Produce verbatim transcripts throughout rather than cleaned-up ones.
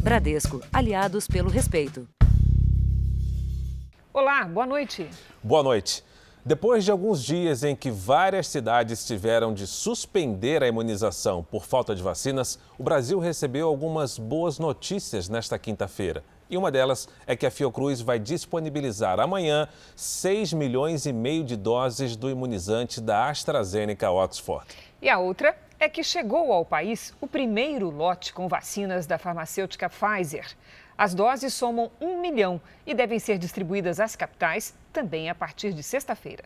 Bradesco, aliados pelo respeito. Olá, boa noite. Boa noite. Depois de alguns dias em que várias cidades tiveram de suspender a imunização por falta de vacinas, o Brasil recebeu algumas boas notícias nesta quinta-feira. E uma delas é que a Fiocruz vai disponibilizar amanhã seis milhões e meio de doses do imunizante da AstraZeneca Oxford. E a outra é que chegou ao país o primeiro lote com vacinas da farmacêutica Pfizer. As doses somam um milhão e devem ser distribuídas às capitais também a partir de sexta-feira.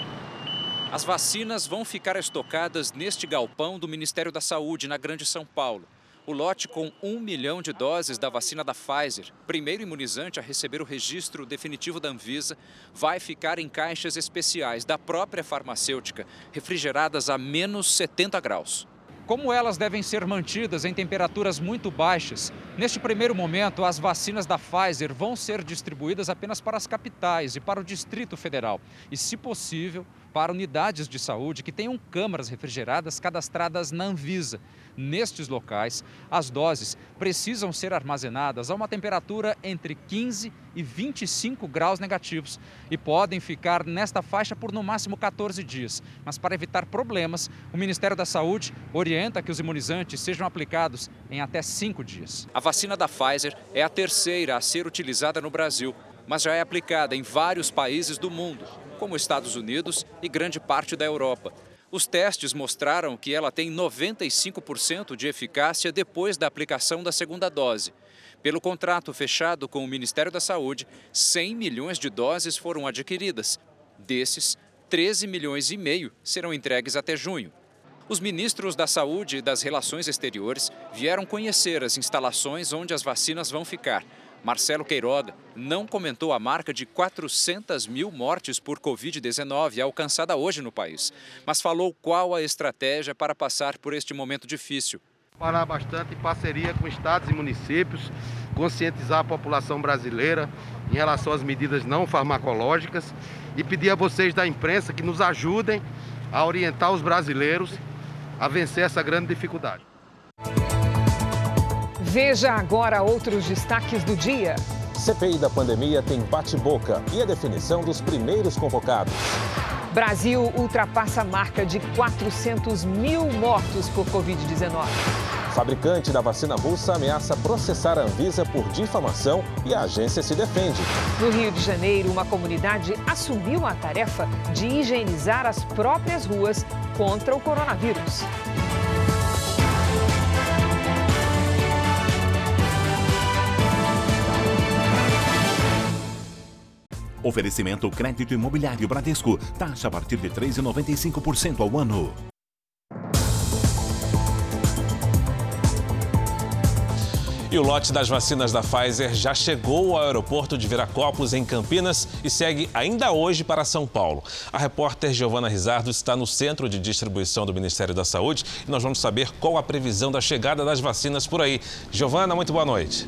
As vacinas vão ficar estocadas neste galpão do Ministério da Saúde, na Grande São Paulo. O lote com um milhão de doses da vacina da Pfizer, primeiro imunizante a receber o registro definitivo da Anvisa, vai ficar em caixas especiais da própria farmacêutica, refrigeradas a menos setenta graus. Como elas devem ser mantidas em temperaturas muito baixas, neste primeiro momento as vacinas da Pfizer vão ser distribuídas apenas para as capitais e para o Distrito Federal. E, se possível, para unidades de saúde que tenham câmaras refrigeradas cadastradas na Anvisa. Nestes locais, as doses precisam ser armazenadas a uma temperatura entre quinze e vinte e cinco graus negativos e podem ficar nesta faixa por no máximo quatorze dias. Mas para evitar problemas, o Ministério da Saúde orienta que os imunizantes sejam aplicados em até cinco dias. A vacina da Pfizer é a terceira a ser utilizada no Brasil, mas já é aplicada em vários países do mundo, como Estados Unidos e grande parte da Europa. Os testes mostraram que ela tem noventa e cinco por cento de eficácia depois da aplicação da segunda dose. Pelo contrato fechado com o Ministério da Saúde, cem milhões de doses foram adquiridas. Desses, treze milhões e meio serão entregues até junho. Os ministros da Saúde e das Relações Exteriores vieram conhecer as instalações onde as vacinas vão ficar. Marcelo Queiroga não comentou a marca de quatrocentas mil mortes por covid dezenove alcançada hoje no país, mas falou qual a estratégia para passar por este momento difícil. Parar bastante em parceria com estados e municípios, conscientizar a população brasileira em relação às medidas não farmacológicas e pedir a vocês da imprensa que nos ajudem a orientar os brasileiros a vencer essa grande dificuldade. Veja agora outros destaques do dia. C P I da pandemia tem bate-boca e a definição dos primeiros convocados. Brasil ultrapassa a marca de quatrocentos mil mortos por covid dezenove. Fabricante da vacina russa ameaça processar a Anvisa por difamação e a agência se defende. No Rio de Janeiro, uma comunidade assumiu a tarefa de higienizar as próprias ruas contra o coronavírus. Oferecimento crédito imobiliário Bradesco. Taxa a partir de três vírgula noventa e cinco por cento ao ano. E o lote das vacinas da Pfizer já chegou ao aeroporto de Viracopos, em Campinas, e segue ainda hoje para São Paulo. A repórter Giovana Rizardo está no centro de distribuição do Ministério da Saúde e nós vamos saber qual a previsão da chegada das vacinas por aí. Giovana, muito boa noite.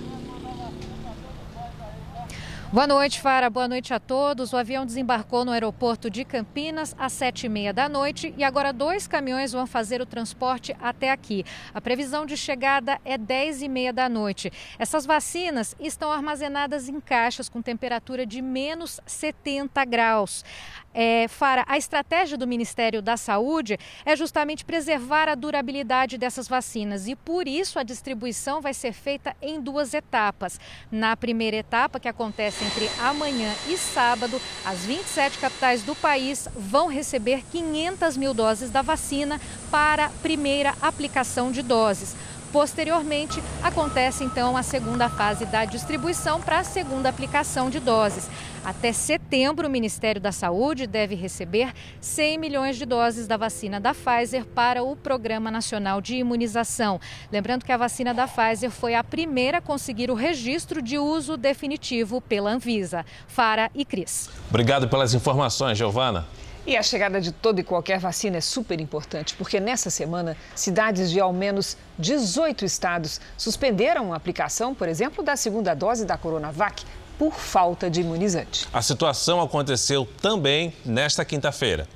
Boa noite, Fara. Boa noite a todos. O avião desembarcou no aeroporto de Campinas às sete e meia da noite e agora dois caminhões vão fazer o transporte até aqui. A previsão de chegada é dez e meia da noite. Essas vacinas estão armazenadas em caixas com temperatura de menos setenta graus. É, Fara, a estratégia do Ministério da Saúde é justamente preservar a durabilidade dessas vacinas e, por isso, a distribuição vai ser feita em duas etapas. Na primeira etapa, que acontece entre amanhã e sábado, as vinte e sete capitais do país vão receber quinhentas mil doses da vacina para a primeira aplicação de doses. Posteriormente, acontece então a segunda fase da distribuição para a segunda aplicação de doses. Até setembro, o Ministério da Saúde deve receber cem milhões de doses da vacina da Pfizer para o Programa Nacional de Imunização. Lembrando que a vacina da Pfizer foi a primeira a conseguir o registro de uso definitivo pela Anvisa. Fara e Cris. Obrigado pelas informações, Giovana. E a chegada de toda e qualquer vacina é super importante, porque nessa semana, cidades de ao menos dezoito estados suspenderam a aplicação, por exemplo, da segunda dose da Coronavac por falta de imunizante. A situação aconteceu também nesta quinta-feira.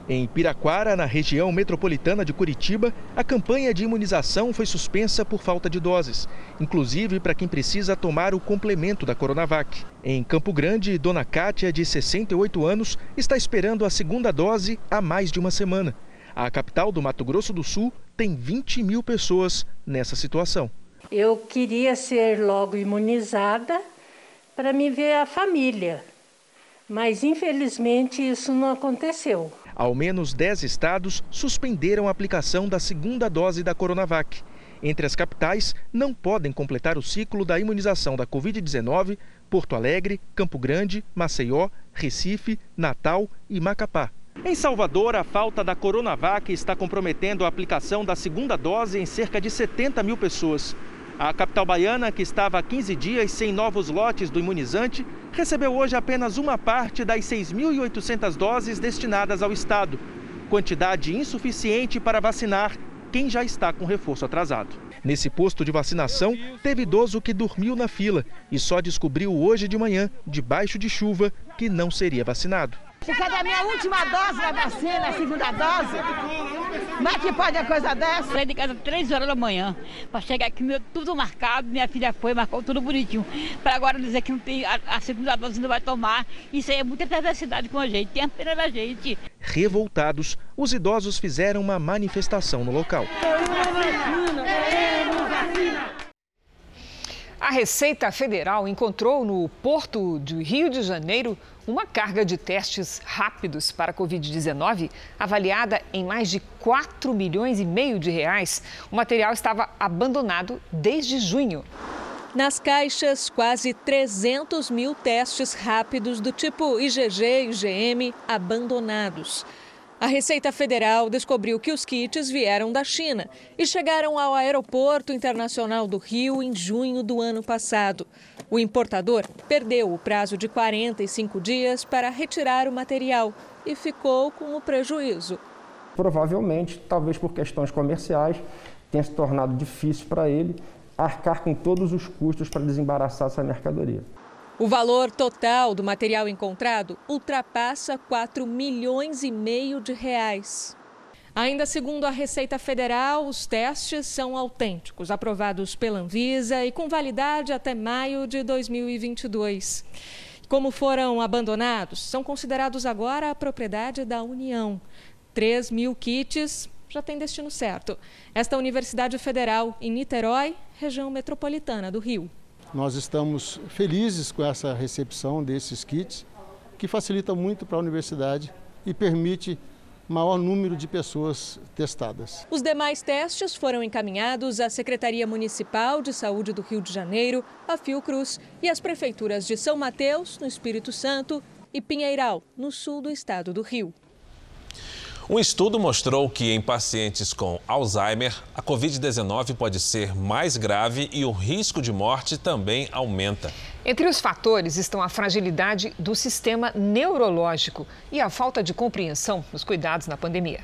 Em Piraquara, na região metropolitana de Curitiba, a campanha de imunização foi suspensa por falta de doses, inclusive para quem precisa tomar o complemento da Coronavac. Em Campo Grande, Dona Cátia, de sessenta e oito anos, está esperando a segunda dose há mais de uma semana. A capital do Mato Grosso do Sul tem vinte mil pessoas nessa situação. Eu queria ser logo imunizada para me ver a família, mas infelizmente isso não aconteceu. Ao menos dez estados suspenderam a aplicação da segunda dose da Coronavac. Entre as capitais, não podem completar o ciclo da imunização da covid dezenove Porto Alegre, Campo Grande, Maceió, Recife, Natal e Macapá. Em Salvador, a falta da Coronavac está comprometendo a aplicação da segunda dose em cerca de setenta mil pessoas. A capital baiana, que estava há quinze dias sem novos lotes do imunizante, recebeu hoje apenas uma parte das seis mil e oitocentas doses destinadas ao estado. Quantidade insuficiente para vacinar quem já está com reforço atrasado. Nesse posto de vacinação, teve idoso que dormiu na fila e só descobriu hoje de manhã, debaixo de chuva, que não seria vacinado. Cadê a minha última dose da vacina, a segunda dose? Como é que pode a coisa dessa? Saí de casa três horas da manhã, para chegar aqui, meu, tudo marcado, minha filha foi, marcou tudo bonitinho. Para agora dizer que não tem, a, a segunda dose não vai tomar, isso aí é muita perversidade com a gente, tem a pena da gente. Revoltados, os idosos fizeram uma manifestação no local. A Receita Federal encontrou no Porto do Rio de Janeiro uma carga de testes rápidos para a covid dezenove avaliada em mais de quatro milhões e meio de reais. O material estava abandonado desde junho. Nas caixas, quase trezentos mil testes rápidos do tipo I G G e I G M abandonados. A Receita Federal descobriu que os kits vieram da China e chegaram ao Aeroporto Internacional do Rio em junho do ano passado. O importador perdeu o prazo de quarenta e cinco dias para retirar o material e ficou com o prejuízo. Provavelmente, talvez por questões comerciais, tenha se tornado difícil para ele arcar com todos os custos para desembaraçar essa mercadoria. O valor total do material encontrado ultrapassa quatro milhões e meio de reais. Ainda segundo a Receita Federal, os testes são autênticos, aprovados pela Anvisa e com validade até maio de dois mil e vinte e dois. Como foram abandonados, são considerados agora a propriedade da União. três mil kits já têm destino certo. Esta Universidade Federal em Niterói, região metropolitana do Rio. Nós estamos felizes com essa recepção desses kits, que facilita muito para a universidade e permite maior número de pessoas testadas. Os demais testes foram encaminhados à Secretaria Municipal de Saúde do Rio de Janeiro, a Fiocruz e às prefeituras de São Mateus, no Espírito Santo, e Pinheiral, no sul do estado do Rio. Um estudo mostrou que em pacientes com Alzheimer, a covid dezenove pode ser mais grave e o risco de morte também aumenta. Entre os fatores estão a fragilidade do sistema neurológico e a falta de compreensão nos cuidados na pandemia.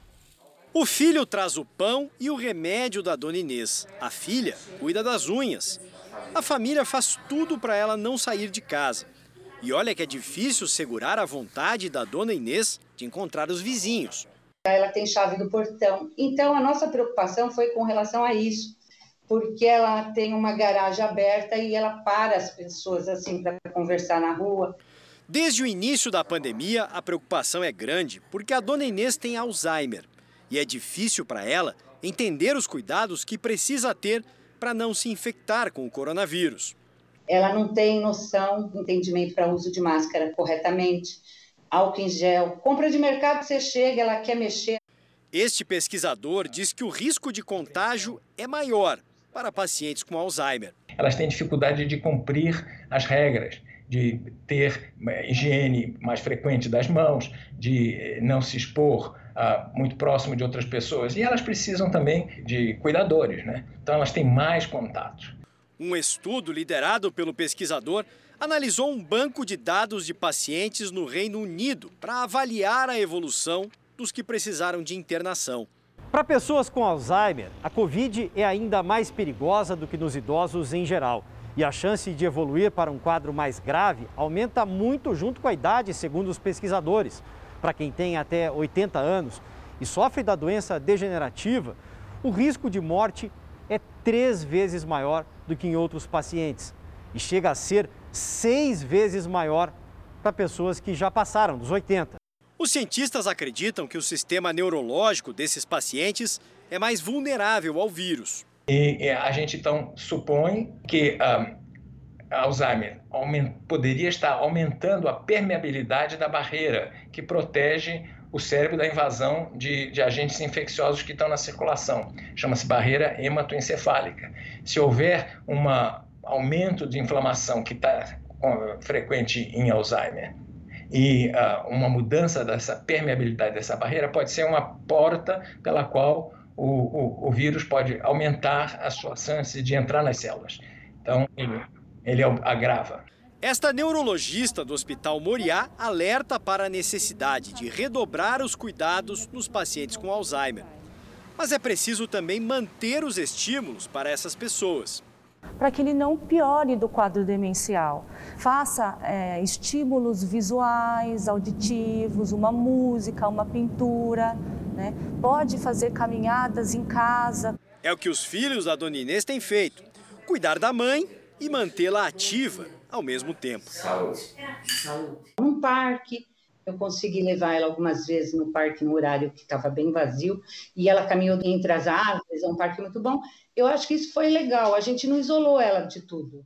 O filho traz o pão e o remédio da dona Inês. A filha cuida das unhas. A família faz tudo para ela não sair de casa. E olha que é difícil segurar a vontade da dona Inês de encontrar os vizinhos. Ela tem chave do portão, então a nossa preocupação foi com relação a isso, porque ela tem uma garagem aberta e ela para as pessoas assim para conversar na rua. Desde o início da pandemia, a preocupação é grande, porque a dona Inês tem Alzheimer e é difícil para ela entender os cuidados que precisa ter para não se infectar com o coronavírus. Ela não tem noção, entendimento para uso de máscara corretamente, álcool em gel. Compra de mercado, você chega, ela quer mexer. Este pesquisador diz que o risco de contágio é maior para pacientes com Alzheimer. Elas têm dificuldade de cumprir as regras, de ter higiene mais frequente das mãos, de não se expor uh, muito próximo de outras pessoas. E elas precisam também de cuidadores, né? Então elas têm mais contatos. Um estudo liderado pelo pesquisador analisou um banco de dados de pacientes no Reino Unido para avaliar a evolução dos que precisaram de internação. Para pessoas com Alzheimer, a Covid é ainda mais perigosa do que nos idosos em geral. E a chance de evoluir para um quadro mais grave aumenta muito junto com a idade, segundo os pesquisadores. para quem tem até oitenta anos e sofre da doença degenerativa, o risco de morte é três vezes maior do que em outros pacientes e chega a ser seis vezes maior para pessoas que já passaram dos oitenta. Os cientistas acreditam que o sistema neurológico desses pacientes é mais vulnerável ao vírus. E a gente então supõe que um, Alzheimer aument, poderia estar aumentando a permeabilidade da barreira que protege o cérebro da invasão de, de agentes infecciosos que estão na circulação. Chama-se barreira hematoencefálica. Se houver um aumento de inflamação que está frequente em Alzheimer e uh, uma mudança dessa permeabilidade dessa barreira, pode ser uma porta pela qual o, o, o vírus pode aumentar a sua chance de entrar nas células. Então, ele, ele agrava. Esta neurologista do Hospital Moriá alerta para a necessidade de redobrar os cuidados nos pacientes com Alzheimer. Mas é preciso também manter os estímulos para essas pessoas. Para que ele não piore do quadro demencial. Faça é, estímulos visuais, auditivos, uma música, uma pintura, né? Pode fazer caminhadas em casa. É o que os filhos da Dona Inês têm feito, cuidar da mãe e mantê-la ativa ao mesmo tempo. Saúde. Saúde. Um parque, eu consegui levar ela algumas vezes no parque no horário que estava bem vazio e ela caminhou entre as árvores, é um parque muito bom. Eu acho que isso foi legal, a gente não isolou ela de tudo.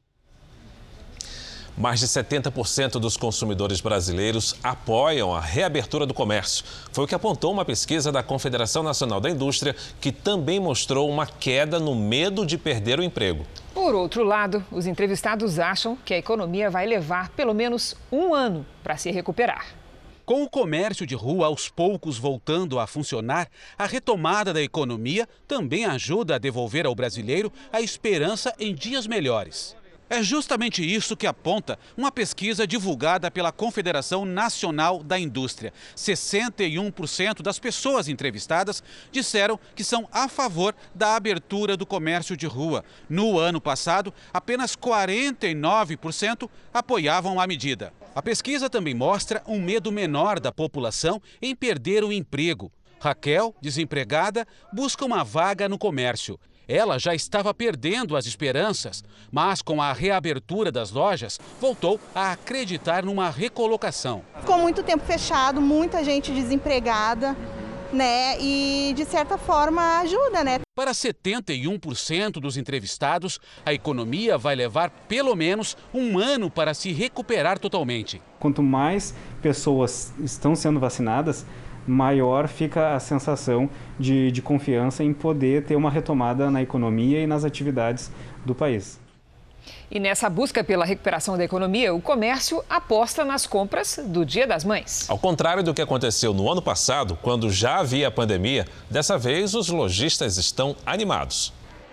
Mais de setenta por cento dos consumidores brasileiros apoiam a reabertura do comércio. Foi o que apontou uma pesquisa da Confederação Nacional da Indústria, que também mostrou uma queda no medo de perder o emprego. Por outro lado, os entrevistados acham que a economia vai levar pelo menos um ano para se recuperar. Com o comércio de rua aos poucos voltando a funcionar, a retomada da economia também ajuda a devolver ao brasileiro a esperança em dias melhores. É justamente isso que aponta uma pesquisa divulgada pela Confederação Nacional da Indústria. sessenta e um por cento das pessoas entrevistadas disseram que são a favor da abertura do comércio de rua. No ano passado, apenas quarenta e nove por cento apoiavam a medida. A pesquisa também mostra um medo menor da população em perder o emprego. Raquel, desempregada, busca uma vaga no comércio. Ela já estava perdendo as esperanças, mas com a reabertura das lojas, voltou a acreditar numa recolocação. Ficou muito tempo fechado, muita gente desempregada, né? E de certa forma ajuda, né? Para setenta e um por cento dos entrevistados, a economia vai levar pelo menos um ano para se recuperar totalmente. Quanto mais pessoas estão sendo vacinadas, maior fica a sensação de, de confiança em poder ter uma retomada na economia e nas atividades do país. E nessa busca pela recuperação da economia, o comércio aposta nas compras do Dia das Mães. Ao contrário do que aconteceu no ano passado, quando já havia pandemia, dessa vez os lojistas estão animados.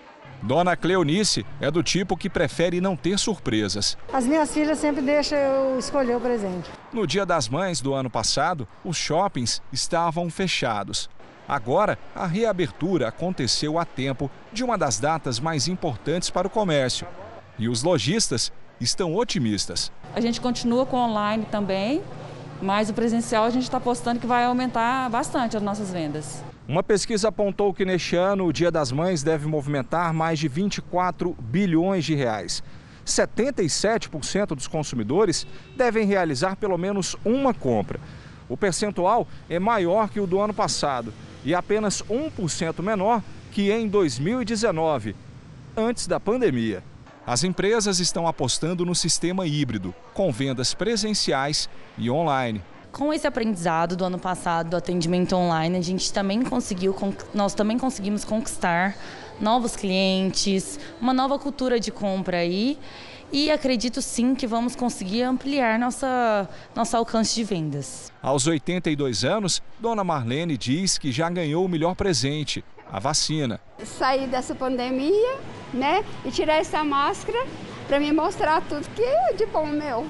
Dona Cleonice é do tipo que prefere não ter surpresas. As minhas filhas sempre deixam eu escolher o presente. No Dia das Mães do ano passado, os shoppings estavam fechados. Agora, a reabertura aconteceu a tempo de uma das datas mais importantes para o comércio. E os lojistas estão otimistas. A gente continua com online também, mas o presencial a gente está apostando que vai aumentar bastante as nossas vendas. Uma pesquisa apontou que neste ano o Dia das Mães deve movimentar mais de vinte e quatro bilhões de reais. setenta e sete por cento dos consumidores devem realizar pelo menos uma compra. O percentual é maior que o do ano passado e apenas um por cento menor que em dois mil e dezenove, antes da pandemia. As empresas estão apostando no sistema híbrido, com vendas presenciais e online. Com esse aprendizado do ano passado, do atendimento online, a gente também conseguiu, nós também conseguimos conquistar novos clientes, uma nova cultura de compra aí, e acredito sim que vamos conseguir ampliar nossa, nosso alcance de vendas. Aos oitenta e dois anos, Dona Marlene diz que já ganhou o melhor presente, a vacina. Sair dessa pandemia, né, e tirar essa máscara para me mostrar tudo que é de bom meu.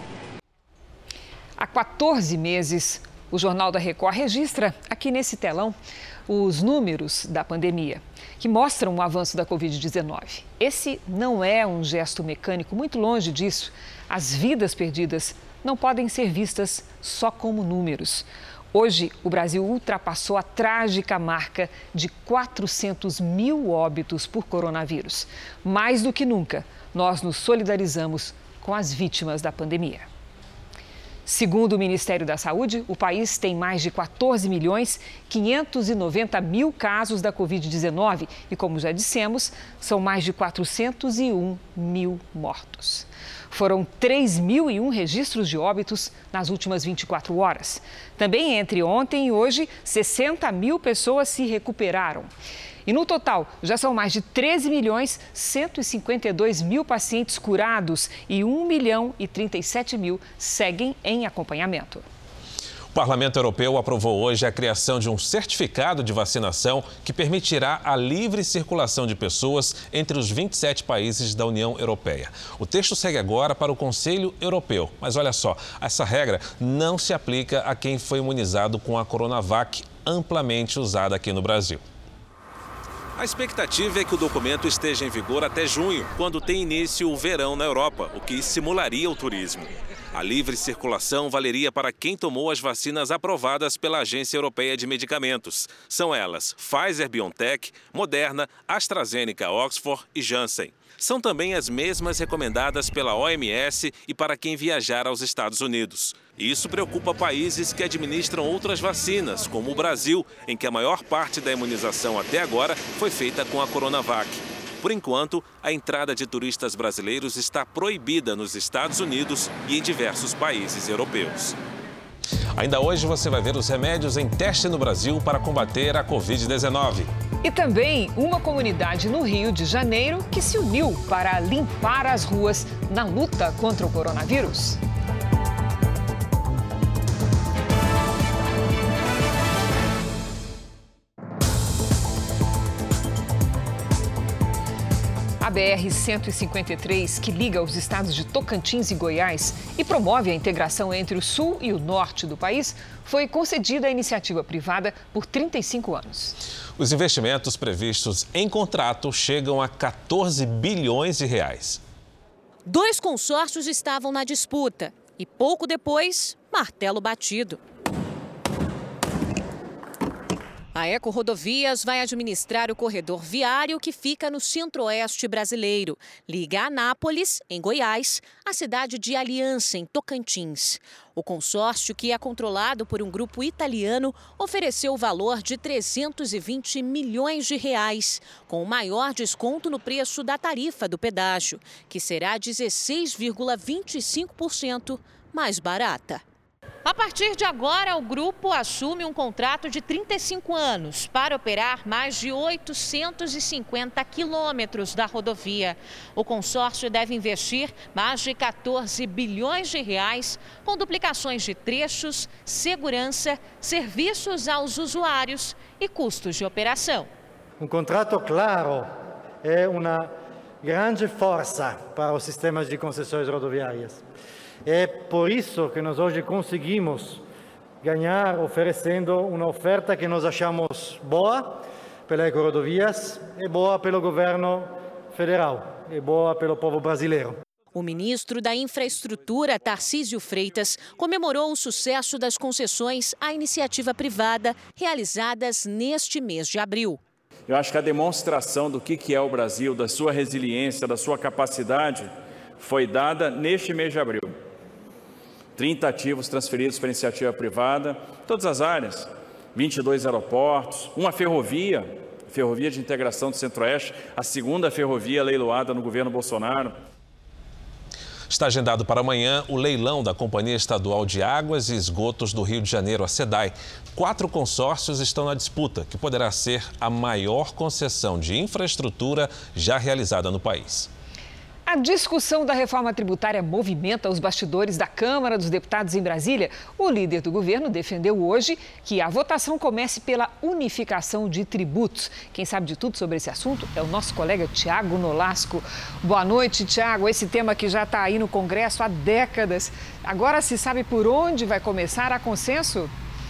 Há quatorze meses, o Jornal da Record registra aqui nesse telão os números da pandemia, que mostram o avanço da covid dezenove. Esse não é um gesto mecânico, muito longe disso. As vidas perdidas não podem ser vistas só como números. Hoje, o Brasil ultrapassou a trágica marca de quatrocentos mil óbitos por coronavírus. Mais do que nunca, nós nos solidarizamos com as vítimas da pandemia. Segundo o Ministério da Saúde, o país tem mais de quatorze milhões quinhentos e noventa mil casos da covid dezenove e, como já dissemos, são mais de quatrocentos e um mil mortos. Foram três mil e um registros de óbitos nas últimas vinte e quatro horas. Também entre ontem e hoje, sessenta mil pessoas se recuperaram. E no total, já são mais de treze milhões cento e cinquenta e dois mil pacientes curados e um milhão e trinta e sete mil seguem em acompanhamento. O Parlamento Europeu aprovou hoje a criação de um certificado de vacinação que permitirá a livre circulação de pessoas entre os vinte e sete países da União Europeia. O texto segue agora para o Conselho Europeu. Mas olha só, essa regra não se aplica a quem foi imunizado com a Coronavac, amplamente usada aqui no Brasil. A expectativa é que o documento esteja em vigor até junho, quando tem início o verão na Europa, o que estimularia o turismo. A livre circulação valeria para quem tomou as vacinas aprovadas pela Agência Europeia de Medicamentos. São elas Pfizer-BioNTech, Moderna, AstraZeneca, Oxford e Janssen. São também as mesmas recomendadas pela O M S e para quem viajar aos Estados Unidos. Isso preocupa países que administram outras vacinas, como o Brasil, em que a maior parte da imunização até agora foi feita com a Coronavac. Por enquanto, a entrada de turistas brasileiros está proibida nos Estados Unidos e em diversos países europeus. Ainda hoje você vai ver os remédios em teste no Brasil para combater a covid dezenove. E também uma comunidade no Rio de Janeiro que se uniu para limpar as ruas na luta contra o coronavírus. A B R cento e cinquenta e três, que liga os estados de Tocantins e Goiás e promove a integração entre o sul e o norte do país, foi concedida à iniciativa privada por trinta e cinco anos. Os investimentos previstos em contrato chegam a quatorze bilhões de reais. Dois consórcios estavam na disputa e pouco depois, martelo batido. A Eco Rodovias vai administrar o corredor viário que fica no centro-oeste brasileiro. Liga Anápolis, em Goiás, à cidade de Aliança, em Tocantins. O consórcio, que é controlado por um grupo italiano, ofereceu o valor de trezentos e vinte milhões de reais, com o maior desconto no preço da tarifa do pedágio, que será dezesseis vírgula vinte e cinco por cento mais barata. A partir de agora, o grupo assume um contrato de trinta e cinco anos para operar mais de oitocentos e cinquenta quilômetros da rodovia. O consórcio deve investir mais de quatorze bilhões de reais com duplicações de trechos, segurança, serviços aos usuários e custos de operação. Um contrato claro é uma grande força para os sistemas de concessões rodoviárias. É por isso que nós hoje conseguimos ganhar oferecendo uma oferta que nós achamos boa pela Eco Rodovias, é boa pelo governo federal, é boa pelo povo brasileiro. O ministro da Infraestrutura, Tarcísio Freitas, comemorou o sucesso das concessões à iniciativa privada realizadas neste mês de abril. Eu acho que a demonstração do que é o Brasil, da sua resiliência, da sua capacidade, foi dada neste mês de abril. trinta ativos transferidos para a iniciativa privada, todas as áreas, vinte e dois aeroportos, uma ferrovia, ferrovia de integração do Centro-Oeste, a segunda ferrovia leiloada no governo Bolsonaro. Está agendado para amanhã o leilão da Companhia Estadual de Águas e Esgotos do Rio de Janeiro, a SEDAI. Quatro consórcios estão na disputa, que poderá ser a maior concessão de infraestrutura já realizada no país. A discussão da reforma tributária movimenta os bastidores da Câmara dos Deputados em Brasília. O líder do governo defendeu hoje que a votação comece pela unificação de tributos. Quem sabe de tudo sobre esse assunto é o nosso colega Tiago Nolasco. Boa noite, Tiago. Esse tema que já está aí no Congresso há décadas. Agora se sabe por onde vai começar a consenso?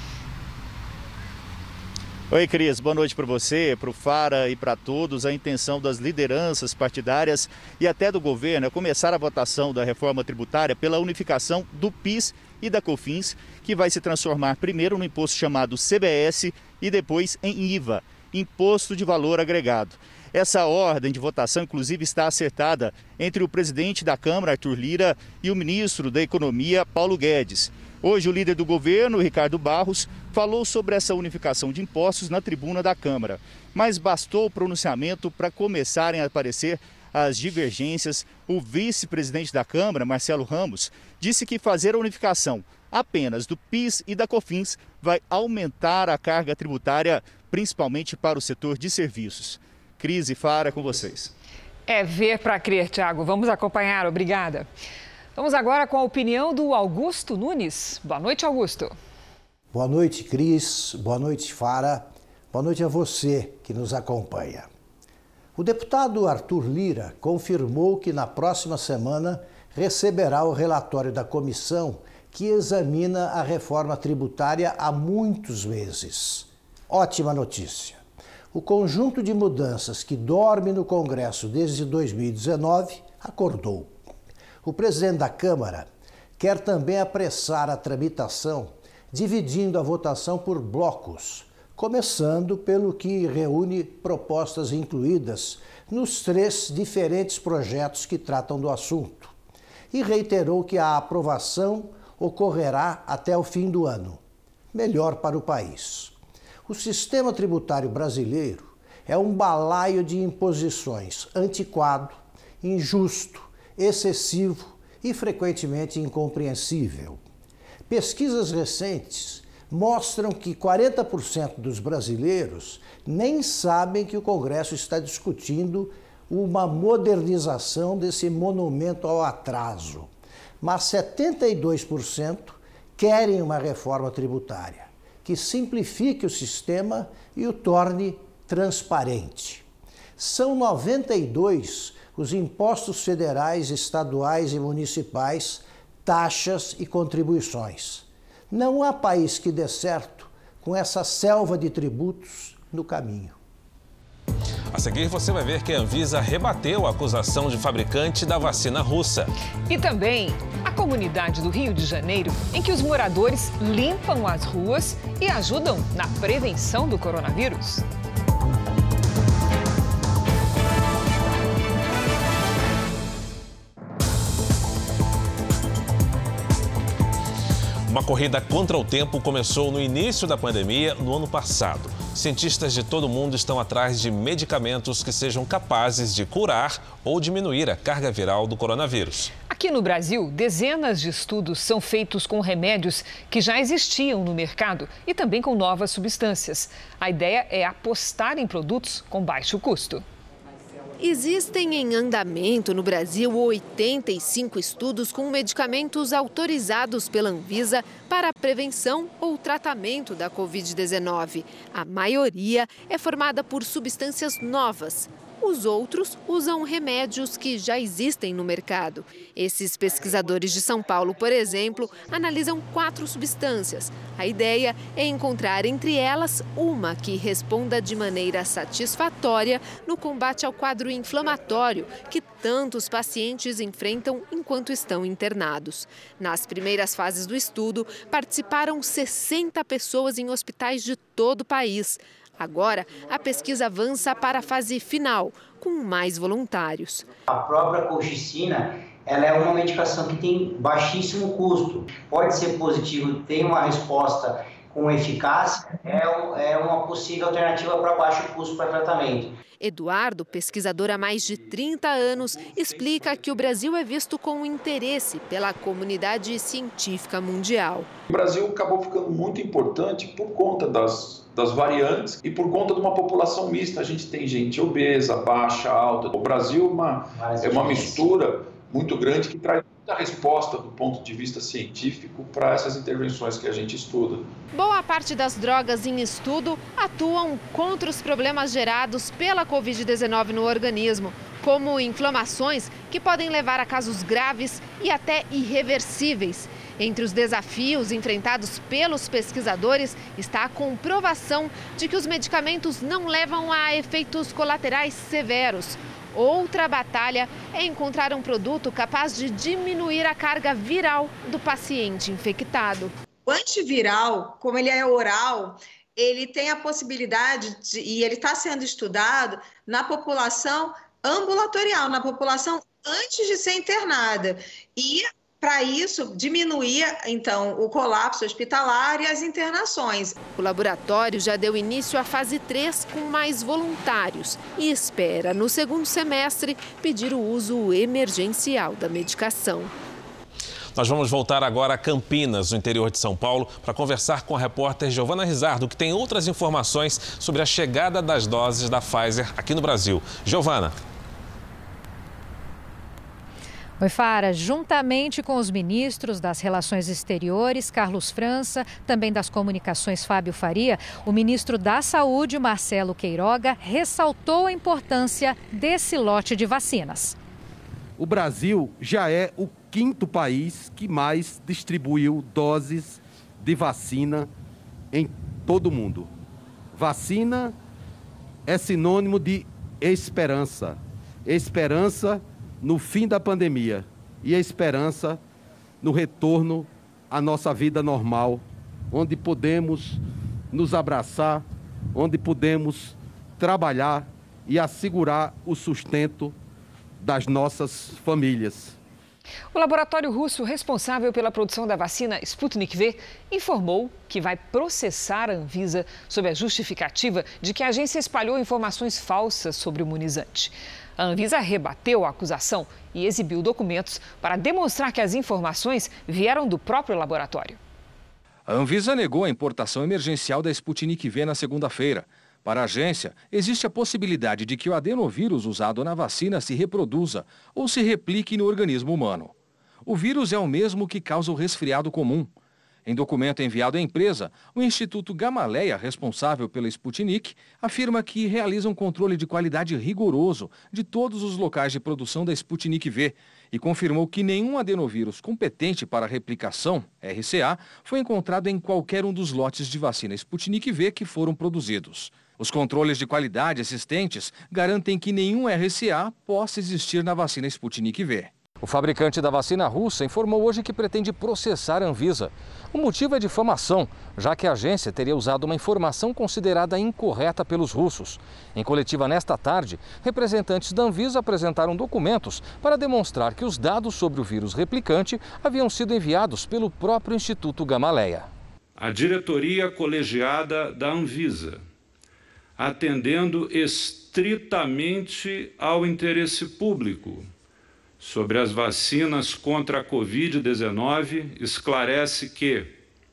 Oi, Cris. Boa noite para você, para o Fara e para todos. A intenção das lideranças partidárias e até do governo é começar a votação da reforma tributária pela unificação do PIS e da COFINS, que vai se transformar primeiro no imposto chamado C B S e depois em I V A, Imposto de Valor Agregado. Essa ordem de votação, inclusive, está acertada entre o presidente da Câmara, Arthur Lira, e o ministro da Economia, Paulo Guedes. Hoje, o líder do governo, Ricardo Barros, falou sobre essa unificação de impostos na tribuna da Câmara. Mas bastou o pronunciamento para começarem a aparecer as divergências. O vice-presidente da Câmara, Marcelo Ramos, disse que fazer a unificação apenas do PIS e da COFINS vai aumentar a carga tributária, principalmente para o setor de serviços. Cris e Fara, com vocês. É ver para crer, Thiago. Vamos acompanhar, obrigada. Vamos agora com a opinião do Augusto Nunes. Boa noite, Augusto. Boa noite, Cris. Boa noite, Fara. Boa noite a você que nos acompanha. O deputado Arthur Lira confirmou que na próxima semana receberá o relatório da comissão que examina a reforma tributária há muitos meses. Ótima notícia. O conjunto de mudanças que dorme no Congresso desde dois mil e dezenove acordou. O presidente da Câmara quer também apressar a tramitação, dividindo a votação por blocos, começando pelo que reúne propostas incluídas nos três diferentes projetos que tratam do assunto. E reiterou que a aprovação ocorrerá até o fim do ano. Melhor para o país. O sistema tributário brasileiro é um balaio de imposições antiquado, injusto, excessivo e frequentemente incompreensível. Pesquisas recentes mostram que quarenta por cento dos brasileiros nem sabem que o Congresso está discutindo uma modernização desse monumento ao atraso, mas setenta e dois por cento querem uma reforma tributária que simplifique o sistema e o torne transparente. São noventa e dois os impostos federais, estaduais e municipais, taxas e contribuições. Não há país que dê certo com essa selva de tributos no caminho. A seguir, você vai ver que a Anvisa rebateu a acusação de fabricante da vacina russa. E também a comunidade do Rio de Janeiro, em que os moradores limpam as ruas e ajudam na prevenção do coronavírus. Uma corrida contra o tempo começou no início da pandemia, no ano passado. Cientistas de todo o mundo estão atrás de medicamentos que sejam capazes de curar ou diminuir a carga viral do coronavírus. Aqui no Brasil, dezenas de estudos são feitos com remédios que já existiam no mercado e também com novas substâncias. A ideia é apostar em produtos com baixo custo. Existem em andamento no Brasil oitenta e cinco estudos com medicamentos autorizados pela Anvisa para a prevenção ou tratamento da covid dezenove. A maioria é formada por substâncias novas. Os outros usam remédios que já existem no mercado. Esses pesquisadores de São Paulo, por exemplo, analisam quatro substâncias. A ideia é encontrar entre elas uma que responda de maneira satisfatória no combate ao quadro inflamatório que tantos pacientes enfrentam enquanto estão internados. Nas primeiras fases do estudo, participaram sessenta pessoas em hospitais de todo o país. Agora, a pesquisa avança para a fase final, com mais voluntários. A própria colchicina, ela é uma medicação que tem baixíssimo custo. Pode ser positivo, tem uma resposta com eficácia, é uma possível alternativa para baixo custo para tratamento. Eduardo, pesquisador há mais de trinta anos, explica que o Brasil é visto com interesse pela comunidade científica mundial. O Brasil acabou ficando muito importante por conta das, das variantes e por conta de uma população mista. A gente tem gente obesa, baixa, alta. O Brasil é uma, é uma mistura muito grande que traz muita resposta do ponto de vista científico para essas intervenções que a gente estuda. Boa parte das drogas em estudo atuam contra os problemas gerados pela covid dezenove no organismo, como inflamações que podem levar a casos graves e até irreversíveis. Entre os desafios enfrentados pelos pesquisadores está a comprovação de que os medicamentos não levam a efeitos colaterais severos. Outra batalha é encontrar um produto capaz de diminuir a carga viral do paciente infectado. O antiviral, como ele é oral, ele tem a possibilidade, de, e ele está sendo estudado na população ambulatorial, na população antes de ser internada. E, para isso, diminuir, então, o colapso hospitalar e as internações. O laboratório já deu início à fase três com mais voluntários e espera, no segundo semestre, pedir o uso emergencial da medicação. Nós vamos voltar agora a Campinas, no interior de São Paulo, para conversar com a repórter Giovana Rizardo, que tem outras informações sobre a chegada das doses da Pfizer aqui no Brasil. Giovana. Oi, Fara. Juntamente com os ministros das Relações Exteriores, Carlos França, também das Comunicações, Fábio Faria, o ministro da Saúde, Marcelo Queiroga, ressaltou a importância desse lote de vacinas. O Brasil já é o quinto país que mais distribuiu doses de vacina em todo o mundo. Vacina é sinônimo de esperança. Esperança no fim da pandemia e a esperança no retorno à nossa vida normal, onde podemos nos abraçar, onde podemos trabalhar e assegurar o sustento das nossas famílias. O laboratório russo responsável pela produção da vacina Sputnik V informou que vai processar a Anvisa sob a justificativa de que a agência espalhou informações falsas sobre o imunizante. A Anvisa rebateu a acusação e exibiu documentos para demonstrar que as informações vieram do próprio laboratório. A Anvisa negou a importação emergencial da Sputnik V na segunda-feira. Para a agência, existe a possibilidade de que o adenovírus usado na vacina se reproduza ou se replique no organismo humano. O vírus é o mesmo que causa o resfriado comum. Em documento enviado à empresa, o Instituto Gamaleya, responsável pela Sputnik, afirma que realiza um controle de qualidade rigoroso de todos os locais de produção da Sputnik V e confirmou que nenhum adenovírus competente para replicação, R C A, foi encontrado em qualquer um dos lotes de vacina Sputnik V que foram produzidos. Os controles de qualidade existentes garantem que nenhum R C A possa existir na vacina Sputnik V. O fabricante da vacina russa informou hoje que pretende processar a Anvisa. O motivo é difamação, já que a agência teria usado uma informação considerada incorreta pelos russos. Em coletiva nesta tarde, representantes da Anvisa apresentaram documentos para demonstrar que os dados sobre o vírus replicante haviam sido enviados pelo próprio Instituto Gamaleya. A diretoria colegiada da Anvisa, atendendo estritamente ao interesse público sobre as vacinas contra a covid dezenove, esclarece que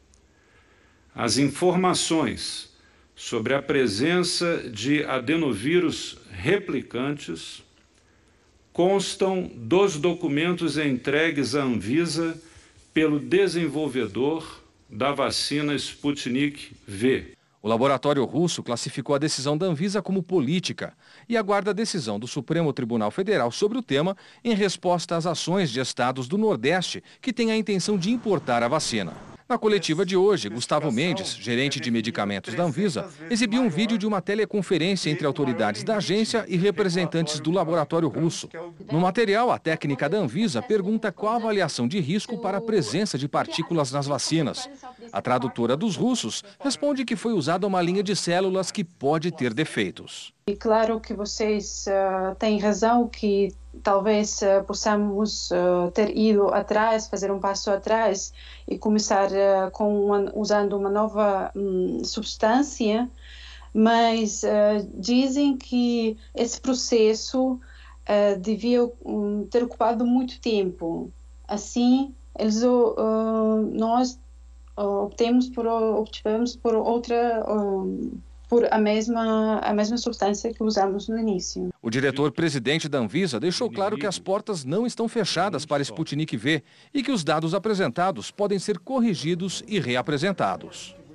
as informações sobre a presença de adenovírus replicantes constam dos documentos entregues à Anvisa pelo desenvolvedor da vacina Sputnik V. O laboratório russo classificou a decisão da Anvisa como política e aguarda a decisão do Supremo Tribunal Federal sobre o tema em resposta às ações de estados do Nordeste que têm a intenção de importar a vacina. Na coletiva de hoje, Gustavo Mendes, gerente de medicamentos da Anvisa, exibiu um vídeo de uma teleconferência entre autoridades da agência e representantes do laboratório russo. No material, a técnica da Anvisa pergunta qual a avaliação de risco para a presença de partículas nas vacinas. A tradutora dos russos responde que foi usada uma linha de células que pode ter defeitos. E claro que vocês uh, têm razão que talvez uh, possamos uh, ter ido atrás, fazer um passo atrás e começar uh, com uma, usando uma nova um, substância, mas uh, dizem que esse processo uh, devia um, ter ocupado muito tempo. Assim, eles, uh, nós uh, optemos por, optamos por outra... Uh, por a mesma, a mesma substância que usamos no início. O diretor-presidente da Anvisa deixou claro que as portas não estão fechadas para Sputnik V e que os dados apresentados podem ser corrigidos e reapresentados.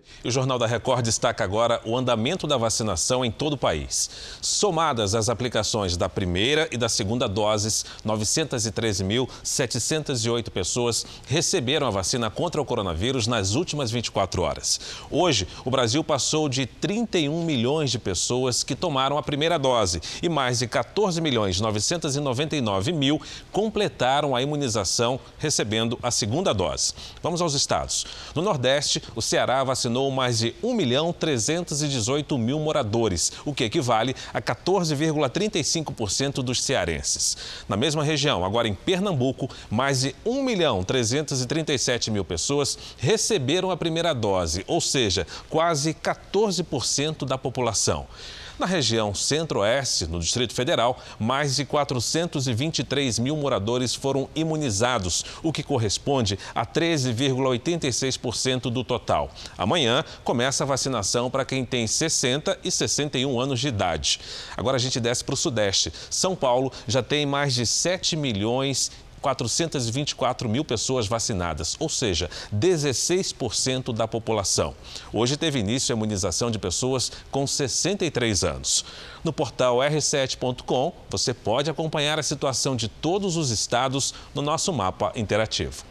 E o Jornal da Record destaca agora o andamento da vacinação em todo o país. Somadas as aplicações da primeira e da segunda doses, novecentos e treze mil, setecentos e oito pessoas receberam a vacina contra o coronavírus nas últimas vinte e quatro horas. Hoje, o Brasil passou de trinta e um milhões de pessoas que tomaram a primeira dose e mais de quatorze milhões novecentos e noventa e nove mil completaram a imunização recebendo a segunda dose. Vamos aos estados. No Nordeste, o Ceará vacinou mais de um milhão trezentos e dezoito mil moradores, o que equivale a quatorze vírgula trinta e cinco por cento dos cearenses. Na mesma região, agora em Pernambuco, mais de um milhão trezentos e trinta e sete mil pessoas receberam a primeira dose, ou seja, quase quatorze por cento da população. Na região Centro-Oeste, no Distrito Federal, mais de quatrocentos e vinte e três mil moradores foram imunizados, o que corresponde a treze vírgula oitenta e seis por cento do total. Amanhã começa a vacinação para quem tem sessenta e sessenta e um anos de idade. Agora a gente desce para o Sudeste. São Paulo já tem mais de sete milhões quatrocentos e vinte e quatro mil pessoas vacinadas, ou seja, dezesseis por cento da população. Hoje teve início a imunização de pessoas com sessenta e três anos. No portal erre sete ponto com, você pode acompanhar a situação de todos os estados no nosso mapa interativo.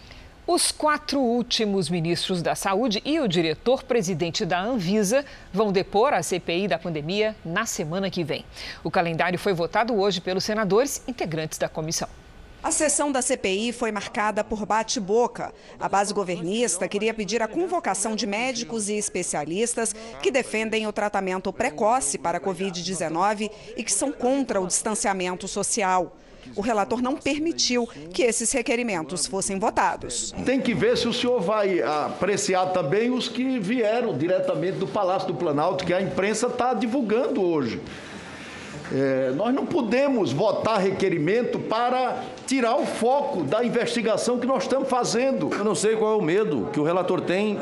Os quatro últimos ministros da Saúde e o diretor-presidente da Anvisa vão depor à C P I da pandemia na semana que vem. O calendário foi votado hoje pelos senadores integrantes da comissão. A sessão da C P I foi marcada por bate-boca. A base governista queria pedir a convocação de médicos e especialistas que defendem o tratamento precoce para a covid dezenove e que são contra o distanciamento social. O relator não permitiu que esses requerimentos fossem votados. Tem que ver se o senhor vai apreciar também os que vieram diretamente do Palácio do Planalto, que a imprensa está divulgando hoje. É, nós não podemos votar requerimento para tirar o foco da investigação que nós estamos fazendo. Eu não sei qual é o medo que o relator tem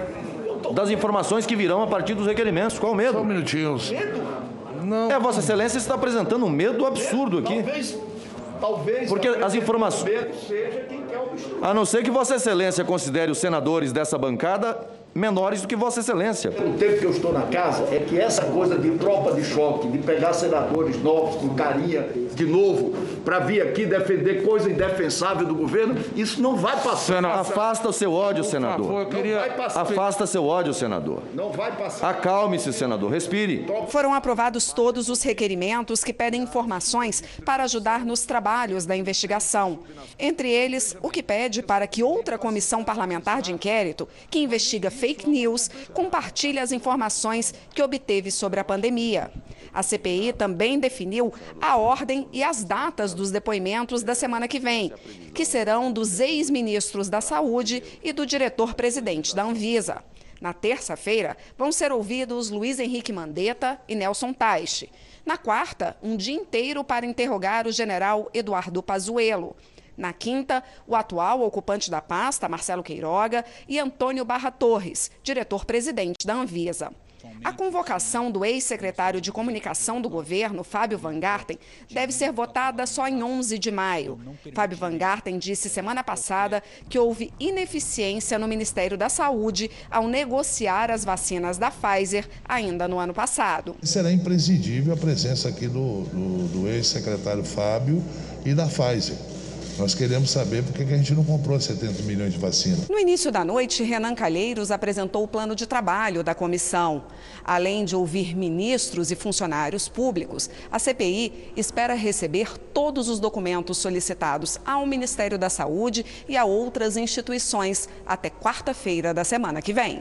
das informações que virão a partir dos requerimentos. Qual é o medo? Só um minutinho. Medo? Não. É, Vossa Excelência está apresentando um medo absurdo aqui. Talvez, talvez. Porque as informações... medo seja quem quer obstruir. A não ser que Vossa Excelência considere os senadores dessa bancada menores do que Vossa Excelência. O tempo que eu estou na casa é que essa coisa de tropa de choque, de pegar senadores novos com carinha de novo, para vir aqui defender coisa indefensável do governo, isso não vai passar. Senador, afasta o seu ódio, senador. Favor, eu queria... Não vai passar. Afasta seu ódio, senador. Não vai passar. Acalme-se, senador. Respire. Foram aprovados todos os requerimentos que pedem informações para ajudar nos trabalhos da investigação. Entre eles, o que pede para que outra comissão parlamentar de inquérito, que investiga fake news, compartilhe as informações que obteve sobre a pandemia. A C P I também definiu a ordem e as datas dos depoimentos da semana que vem, que serão dos ex-ministros da Saúde e do diretor-presidente da Anvisa. Na terça-feira, vão ser ouvidos Luiz Henrique Mandetta e Nelson Teich. Na quarta, um dia inteiro para interrogar o general Eduardo Pazuello. Na quinta, o atual ocupante da pasta, Marcelo Queiroga, e Antônio Barra Torres, diretor-presidente da Anvisa. A convocação do ex-secretário de Comunicação do governo, Fábio Van Garten, deve ser votada só em onze de maio. Fábio Van Garten disse semana passada que houve ineficiência no Ministério da Saúde ao negociar as vacinas da Pfizer ainda no ano passado. Será imprescindível a presença aqui do, do, do ex-secretário Fábio e da Pfizer. Nós queremos saber por que a gente não comprou setenta milhões de vacinas. No início da noite, Renan Calheiros apresentou o plano de trabalho da comissão. Além de ouvir ministros e funcionários públicos, a C P I espera receber todos os documentos solicitados ao Ministério da Saúde e a outras instituições até quarta-feira da semana que vem.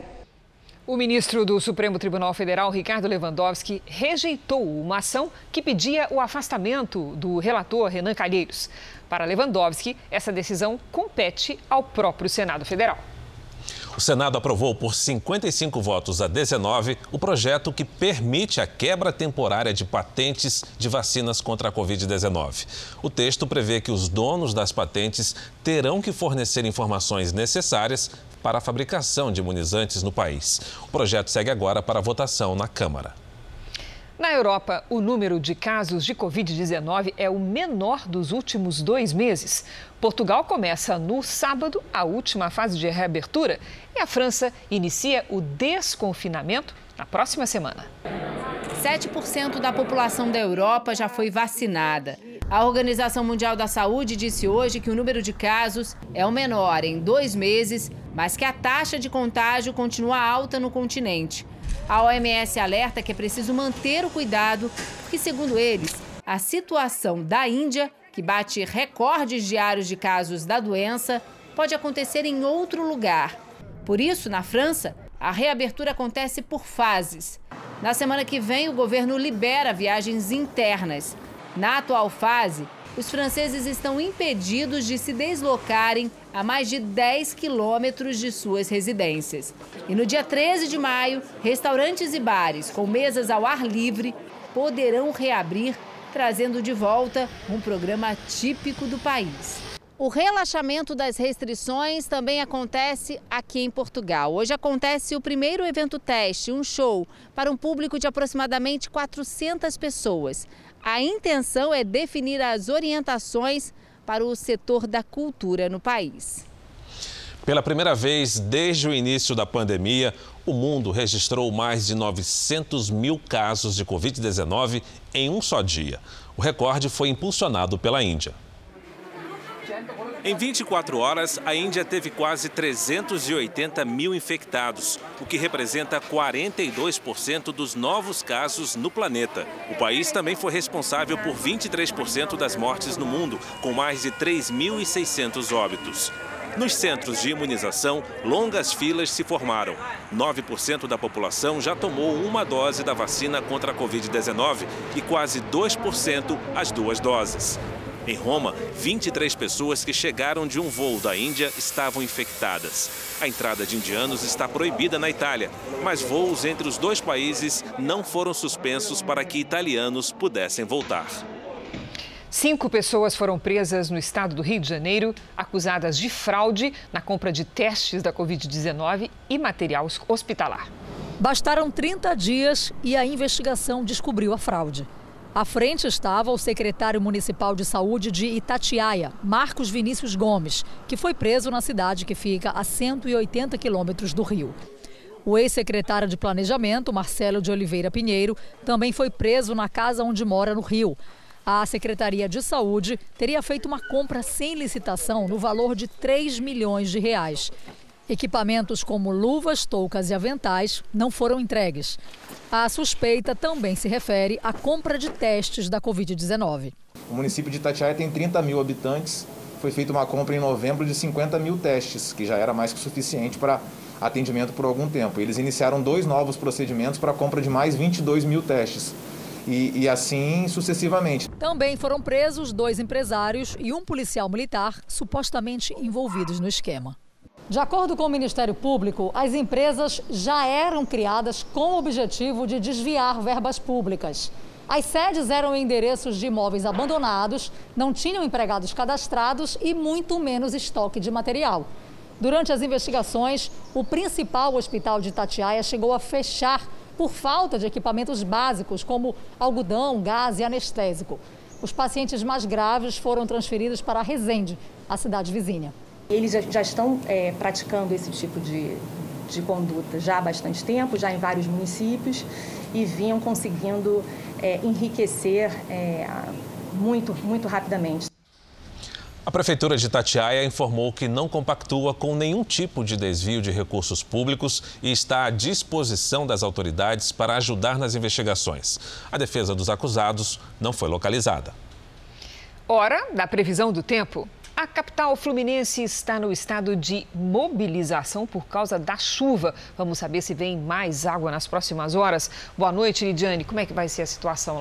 O ministro do Supremo Tribunal Federal, Ricardo Lewandowski, rejeitou uma ação que pedia o afastamento do relator Renan Calheiros. Para Lewandowski, essa decisão compete ao próprio Senado Federal. O Senado aprovou por cinquenta e cinco votos a dezenove o projeto que permite a quebra temporária de patentes de vacinas contra a covid dezenove. O texto prevê que os donos das patentes terão que fornecer informações necessárias para a fabricação de imunizantes no país. O projeto segue agora para votação na Câmara. Na Europa, o número de casos de covid dezenove é o menor dos últimos dois meses. Portugal começa no sábado a última fase de reabertura e a França inicia o desconfinamento na próxima semana. sete por cento da população da Europa já foi vacinada. A Organização Mundial da Saúde disse hoje que o número de casos é o menor em dois meses, mas que a taxa de contágio continua alta no continente. A O M S alerta que é preciso manter o cuidado, porque, segundo eles, a situação da Índia, que bate recordes diários de casos da doença, pode acontecer em outro lugar. Por isso, na França, a reabertura acontece por fases. Na semana que vem, o governo libera viagens internas. Na atual fase, os franceses estão impedidos de se deslocarem a mais de dez quilômetros de suas residências. E no dia treze de maio, restaurantes e bares com mesas ao ar livre poderão reabrir, trazendo de volta um programa típico do país. O relaxamento das restrições também acontece aqui em Portugal. Hoje acontece o primeiro evento teste, um show, para um público de aproximadamente quatrocentas pessoas. A intenção é definir as orientações para o setor da cultura no país. Pela primeira vez desde o início da pandemia, o mundo registrou mais de novecentos mil casos de covid dezenove em um só dia. O recorde foi impulsionado pela Índia. Em vinte e quatro horas, a Índia teve quase trezentos e oitenta mil infectados, o que representa quarenta e dois por cento dos novos casos no planeta. O país também foi responsável por vinte e três por cento das mortes no mundo, com mais de três mil e seiscentos óbitos. Nos centros de imunização, longas filas se formaram. nove por cento da população já tomou uma dose da vacina contra a covid dezenove e quase dois por cento as duas doses. Em Roma, vinte e três pessoas que chegaram de um voo da Índia estavam infectadas. A entrada de indianos está proibida na Itália, mas voos entre os dois países não foram suspensos para que italianos pudessem voltar. Cinco pessoas foram presas no estado do Rio de Janeiro, acusadas de fraude na compra de testes da covid dezenove e material hospitalar. Bastaram trinta dias e a investigação descobriu a fraude. À frente estava o secretário municipal de saúde de Itatiaia, Marcos Vinícius Gomes, que foi preso na cidade que fica a cento e oitenta quilômetros do Rio. O ex-secretário de Planejamento, Marcelo de Oliveira Pinheiro, também foi preso na casa onde mora no Rio. A Secretaria de Saúde teria feito uma compra sem licitação no valor de três milhões de reais. Equipamentos como luvas, toucas e aventais não foram entregues. A suspeita também se refere à compra de testes da covid dezenove. O município de Itatiaia tem trinta mil habitantes. Foi feita uma compra em novembro de cinquenta mil testes, que já era mais que suficiente para atendimento por algum tempo. Eles iniciaram dois novos procedimentos para a compra de mais vinte e dois mil testes. E, e assim sucessivamente. Também foram presos dois empresários e um policial militar supostamente envolvidos no esquema. De acordo com o Ministério Público, as empresas já eram criadas com o objetivo de desviar verbas públicas. As sedes eram endereços de imóveis abandonados, não tinham empregados cadastrados e muito menos estoque de material. Durante as investigações, o principal hospital de Itatiaia chegou a fechar por falta de equipamentos básicos como algodão, gás e anestésico. Os pacientes mais graves foram transferidos para Resende, a cidade vizinha. Eles já estão é, praticando esse tipo de, de conduta já há bastante tempo, já em vários municípios, e vinham conseguindo é, enriquecer é, muito, muito rapidamente. A Prefeitura de Itatiaia informou que não compactua com nenhum tipo de desvio de recursos públicos e está à disposição das autoridades para ajudar nas investigações. A defesa dos acusados não foi localizada. Hora da previsão do tempo. A capital fluminense está no estado de mobilização por causa da chuva. Vamos saber se vem mais água nas próximas horas. Boa noite, Lidiane. Como é que vai ser a situação lá?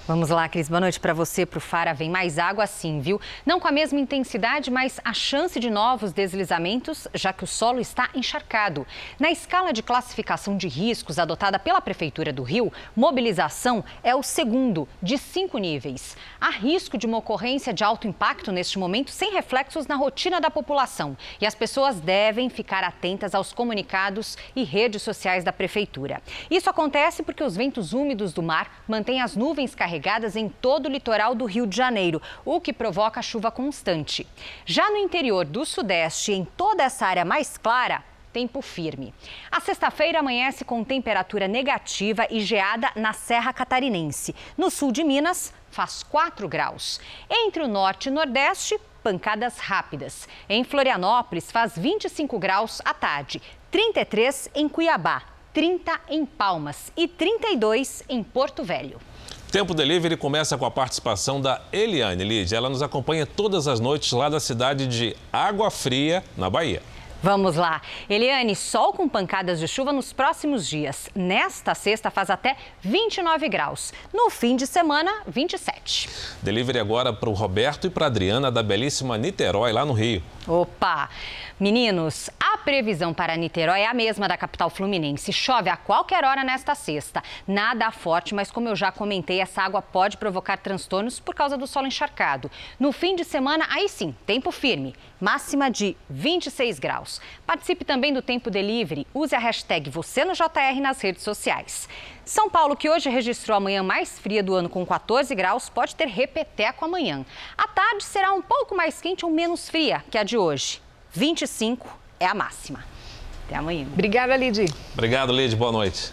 Vamos lá, Cris. Boa noite para você, para o Fara. Vem mais água sim, viu? Não com a mesma intensidade, mas a chance de novos deslizamentos, já que o solo está encharcado. Na escala de classificação de riscos adotada pela Prefeitura do Rio, mobilização é o segundo, de cinco níveis. Há risco de uma ocorrência de alto impacto neste momento, sem reflexos na rotina da população. E as pessoas devem ficar atentas aos comunicados e redes sociais da Prefeitura. Isso acontece porque os ventos úmidos do mar mantêm as nuvens carregadas em todo o litoral do Rio de Janeiro, o que provoca chuva constante. Já no interior do Sudeste, em toda essa área mais clara, tempo firme. A sexta-feira amanhece com temperatura negativa e geada na Serra Catarinense. No sul de Minas, faz quatro graus. Entre o norte e nordeste, pancadas rápidas. Em Florianópolis, faz vinte e cinco graus à tarde, trinta e três em Cuiabá, trinta em Palmas e trinta e dois em Porto Velho. Tempo Delivery começa com a participação da Eliane Lídia. Ela nos acompanha todas as noites lá da cidade de Água Fria, na Bahia. Vamos lá. Eliane, sol com pancadas de chuva nos próximos dias. Nesta sexta faz até vinte e nove graus. No fim de semana, vinte e sete. Delivery agora para o Roberto e para a Adriana da belíssima Niterói, lá no Rio. Opa! Meninos, a previsão para Niterói é a mesma da capital fluminense. Chove a qualquer hora nesta sexta. Nada forte, mas como eu já comentei, essa água pode provocar transtornos por causa do solo encharcado. No fim de semana, aí sim, tempo firme. Máxima de vinte e seis graus. Participe também do Tempo Delivery. Use a hashtag você no J R nas redes sociais. São Paulo, que hoje registrou a manhã mais fria do ano com quatorze graus, pode ter repeteco amanhã. A tarde será um pouco mais quente ou menos fria que a de hoje. vinte e cinco é a máxima. Até amanhã. Obrigada, Lidy. Obrigado, Lidy. Boa noite.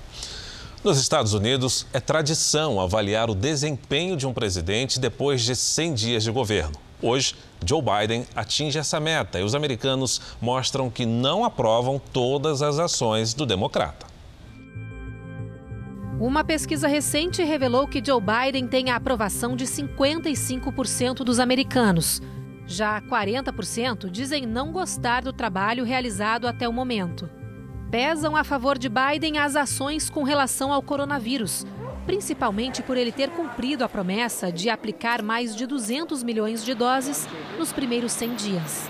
Nos Estados Unidos, é tradição avaliar o desempenho de um presidente depois de cem dias de governo. Hoje, Joe Biden atinge essa meta e os americanos mostram que não aprovam todas as ações do democrata. Uma pesquisa recente revelou que Joe Biden tem a aprovação de cinquenta e cinco por cento dos americanos. Já quarenta por cento dizem não gostar do trabalho realizado até o momento. Pesam a favor de Biden as ações com relação ao coronavírus, principalmente por ele ter cumprido a promessa de aplicar mais de duzentos milhões de doses nos primeiros cem dias.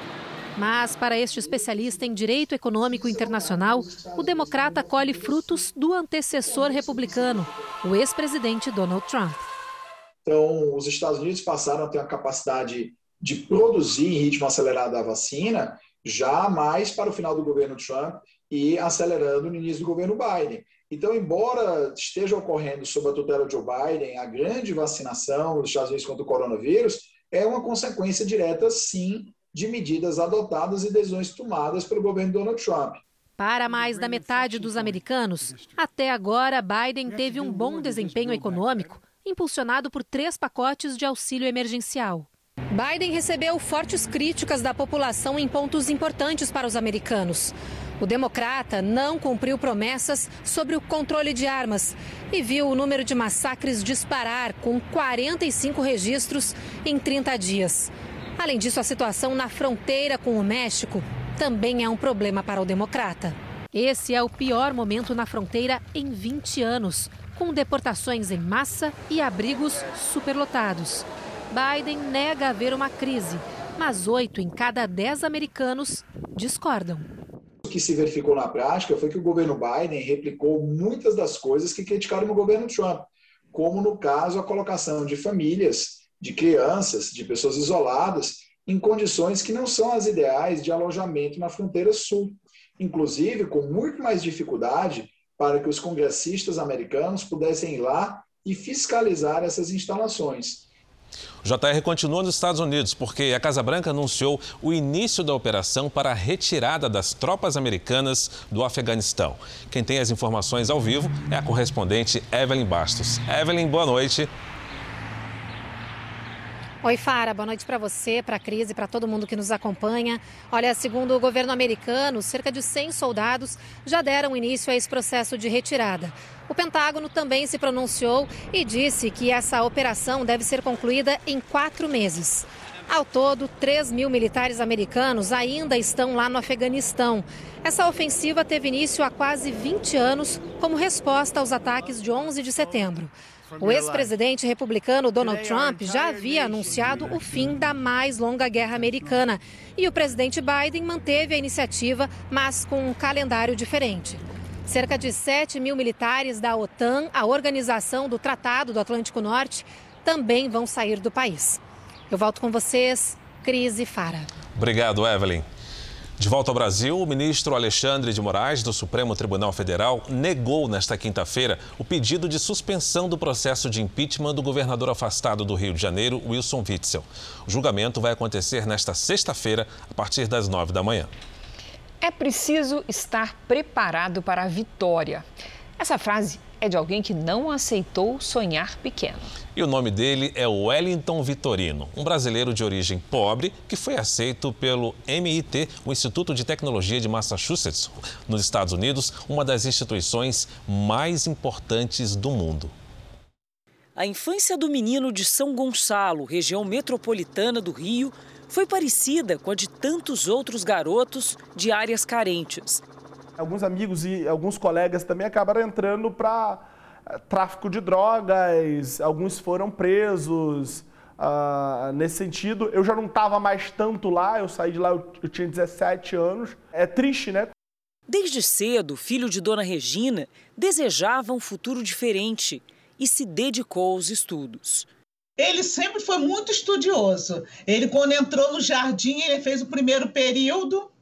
Mas, para este especialista em direito econômico internacional, o democrata colhe frutos do antecessor republicano, o ex-presidente Donald Trump. Então, os Estados Unidos passaram a ter uma capacidade de produzir em ritmo acelerado a vacina já mais para o final do governo Trump e acelerando no início do governo Biden. Então, embora esteja ocorrendo sob a tutela de Joe Biden a grande vacinação dos Estados Unidos contra o coronavírus, é uma consequência direta, sim, de medidas adotadas e decisões tomadas pelo governo Donald Trump. Para mais da metade dos americanos, até agora Biden teve um bom desempenho econômico, impulsionado por três pacotes de auxílio emergencial. Biden recebeu fortes críticas da população em pontos importantes para os americanos. O democrata não cumpriu promessas sobre o controle de armas e viu o número de massacres disparar, com quarenta e cinco registros em trinta dias. Além disso, a situação na fronteira com o México também é um problema para o democrata. Esse é o pior momento na fronteira em vinte anos, com deportações em massa e abrigos superlotados. Biden nega haver uma crise, mas oito em cada dez americanos discordam. O que se verificou na prática foi que o governo Biden replicou muitas das coisas que criticaram no governo Trump, como no caso a colocação de famílias, de crianças, de pessoas isoladas, em condições que não são as ideais de alojamento na fronteira sul, inclusive com muito mais dificuldade para que os congressistas americanos pudessem ir lá e fiscalizar essas instalações. O J R continua nos Estados Unidos porque a Casa Branca anunciou o início da operação para a retirada das tropas americanas do Afeganistão. Quem tem as informações ao vivo é a correspondente Evelyn Bastos. Evelyn, boa noite. Oi, Fara, boa noite para você, para a Cris e para todo mundo que nos acompanha. Olha, segundo o governo americano, cerca de cem soldados já deram início a esse processo de retirada. O Pentágono também se pronunciou e disse que essa operação deve ser concluída em quatro meses. Ao todo, três mil militares americanos ainda estão lá no Afeganistão. Essa ofensiva teve início há quase vinte anos como resposta aos ataques de onze de setembro. O ex-presidente republicano Donald Trump já havia anunciado o fim da mais longa guerra americana. E o presidente Biden manteve a iniciativa, mas com um calendário diferente. Cerca de sete mil militares da OTAN, a Organização do Tratado do Atlântico Norte, também vão sair do país. Eu volto com vocês, Cris e Fara. Obrigado, Evelyn. De volta ao Brasil, o ministro Alexandre de Moraes, do Supremo Tribunal Federal, negou nesta quinta-feira o pedido de suspensão do processo de impeachment do governador afastado do Rio de Janeiro, Wilson Witzel. O julgamento vai acontecer nesta sexta-feira, a partir das nove da manhã. É preciso estar preparado para a vitória. Essa frase é de alguém que não aceitou sonhar pequeno. E o nome dele é Wellington Vitorino, um brasileiro de origem pobre que foi aceito pelo M I T, o Instituto de Tecnologia de Massachusetts, nos Estados Unidos, uma das instituições mais importantes do mundo. A infância do menino de São Gonçalo, região metropolitana do Rio, foi parecida com a de tantos outros garotos de áreas carentes. Alguns amigos e alguns colegas também acabaram entrando para tráfico de drogas, alguns foram presos. Uh, nesse sentido, eu já não estava mais tanto lá, eu saí de lá, eu, eu tinha dezessete anos. É triste, né? Desde cedo, o filho de Dona Regina desejava um futuro diferente e se dedicou aos estudos. Ele sempre foi muito estudioso. Ele, quando entrou no jardim, ele fez o primeiro período